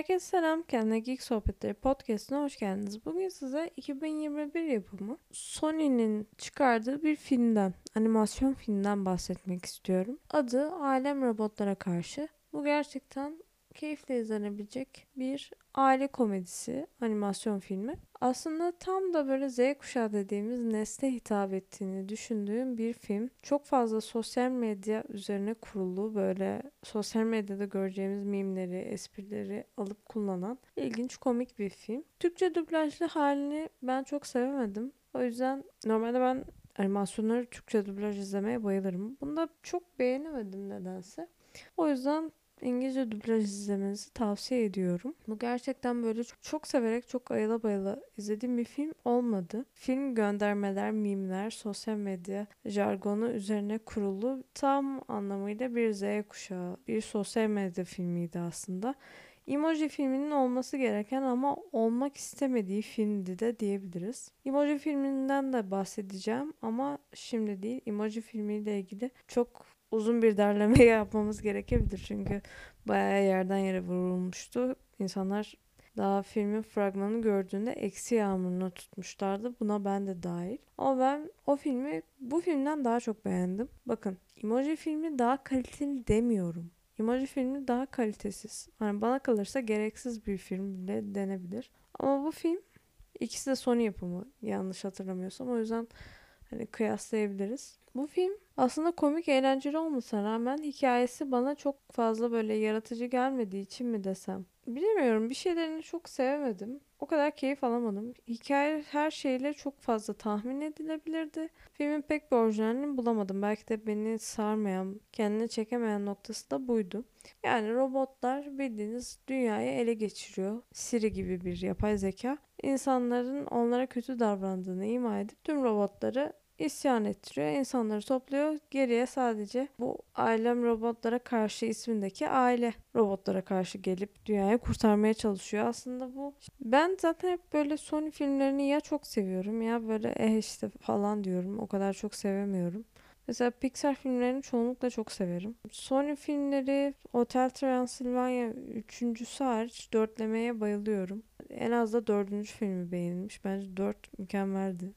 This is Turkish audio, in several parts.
Herkese selam, Kendine Geek Sohbetleri podcastına hoş geldiniz. Bugün size 2021 yapımı Sony'nin çıkardığı bir filmden, animasyon filmden bahsetmek istiyorum. Adı Alem Robotlara Karşı. Bu gerçekten keyifle izlenebilecek bir aile komedisi, animasyon filmi. Aslında tam da böyle Z kuşağı dediğimiz nesle hitap ettiğini düşündüğüm bir film. Çok fazla sosyal medya üzerine kurulu, böyle sosyal medyada göreceğimiz mimleri, esprileri alıp kullanan ilginç komik bir film. Türkçe dublajlı halini ben çok sevemedim. O yüzden normalde ben animasyonları Türkçe dublaj izlemeye bayılırım. Bunu da çok beğenemedim nedense. O yüzden İngilizce dublaj izlemenizi tavsiye ediyorum. Bu gerçekten böyle çok severek, çok ayıla bayıla izlediğim bir film olmadı. Film göndermeler, mimler, sosyal medya jargonu üzerine kurulu tam anlamıyla bir Z kuşağı, bir sosyal medya filmiydi aslında. Emoji filminin olması gereken ama olmak istemediği filmdi de diyebiliriz. Emoji filminden de bahsedeceğim ama şimdi değil. Emoji filmiyle ilgili çok uzun bir derleme yapmamız gerekebilir. Çünkü bayağı yerden yere vurulmuştu. İnsanlar daha filmin fragmanını gördüğünde eksi yağmuruna tutmuşlardı. Buna ben de dahil. Ama ben o filmi bu filmden daha çok beğendim. Bakın, Emoji filmi daha kaliteli demiyorum. Emoji filmi daha kalitesiz. Yani bana kalırsa gereksiz bir film bile denebilir. Ama bu film ikisi de Sony yapımı yanlış hatırlamıyorsam. O yüzden hani kıyaslayabiliriz. Bu film aslında komik, eğlenceli olmasına rağmen hikayesi bana çok fazla böyle yaratıcı gelmediği için mi desem. Bilemiyorum, bir şeylerini çok sevemedim. O kadar keyif alamadım. Hikaye her şeyle çok fazla tahmin edilebilirdi. Filmin pek bir orijinalini bulamadım. Belki de beni sarmayan, kendine çekemeyen noktası da buydu. Yani robotlar bildiğiniz dünyayı ele geçiriyor. Siri gibi bir yapay zeka. İnsanların onlara kötü davrandığını ima edip tüm robotları isyan ettiriyor. İnsanları topluyor. Geriye sadece bu Ailem Robotlara Karşı ismindeki aile robotlara karşı gelip dünyayı kurtarmaya çalışıyor. Aslında bu, ben zaten hep böyle Sony filmlerini ya çok seviyorum ya böyle işte falan diyorum. O kadar çok sevemiyorum. Mesela Pixar filmlerini çoğunlukla çok severim. Sony filmleri Hotel Transylvania üçüncüsü hariç dörtlemeye bayılıyorum. En az da dördüncü filmi beğenilmiş. Bence dört mükemmeldi.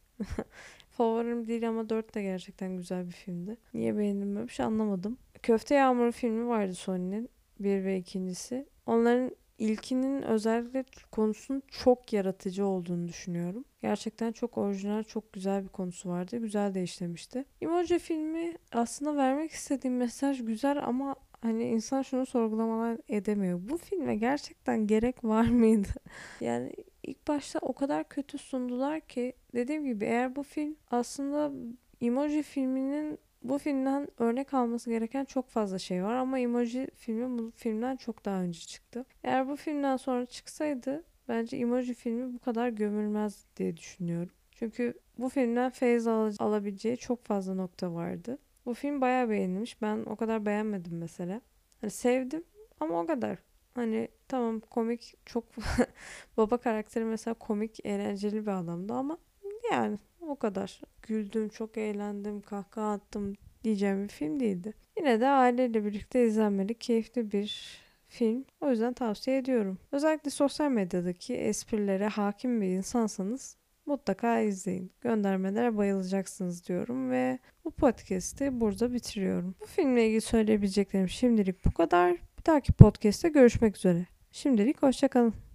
Favorim değil ama 4 de gerçekten güzel bir filmdi. Niye beğenilmemiş anlamadım. Köfte Yağmuru filmi vardı Sony'nin. Bir ve ikincisi. Onların ilkinin özellikle konusunun çok yaratıcı olduğunu düşünüyorum. Gerçekten çok orijinal, çok güzel bir konusu vardı. Güzel de işlemişti. Emoji filmi aslında vermek istediğim mesaj güzel ama hani insan şunu sorgulamadan edemiyor. Bu filme gerçekten gerek var mıydı? Yani İlk başta o kadar kötü sundular ki, dediğim gibi eğer bu film aslında Emoji filminin, bu filmden örnek alması gereken çok fazla şey var ama Emoji filmi bu filmden çok daha önce çıktı. Eğer bu filmden sonra çıksaydı bence Emoji filmi bu kadar gömülmez diye düşünüyorum. Çünkü bu filmden alabileceği çok fazla nokta vardı. Bu film bayağı beğenilmiş. Ben o kadar beğenmedim mesela. Hani sevdim ama o kadar. Hani tamam, komik çok baba karakteri mesela komik, eğlenceli bir adamdı ama yani o kadar. Güldüm, çok eğlendim, kahkaha attım diyeceğim bir film değildi. Yine de aileyle birlikte izlenmeli, keyifli bir film. O yüzden tavsiye ediyorum. Özellikle sosyal medyadaki esprilere hakim bir insansanız mutlaka izleyin. Göndermelere bayılacaksınız diyorum ve bu podcast'i burada bitiriyorum. Bu filmle ilgili söyleyebileceklerim şimdilik bu kadar. Bir dahaki podcast'te görüşmek üzere. Şimdilik hoşça kalın.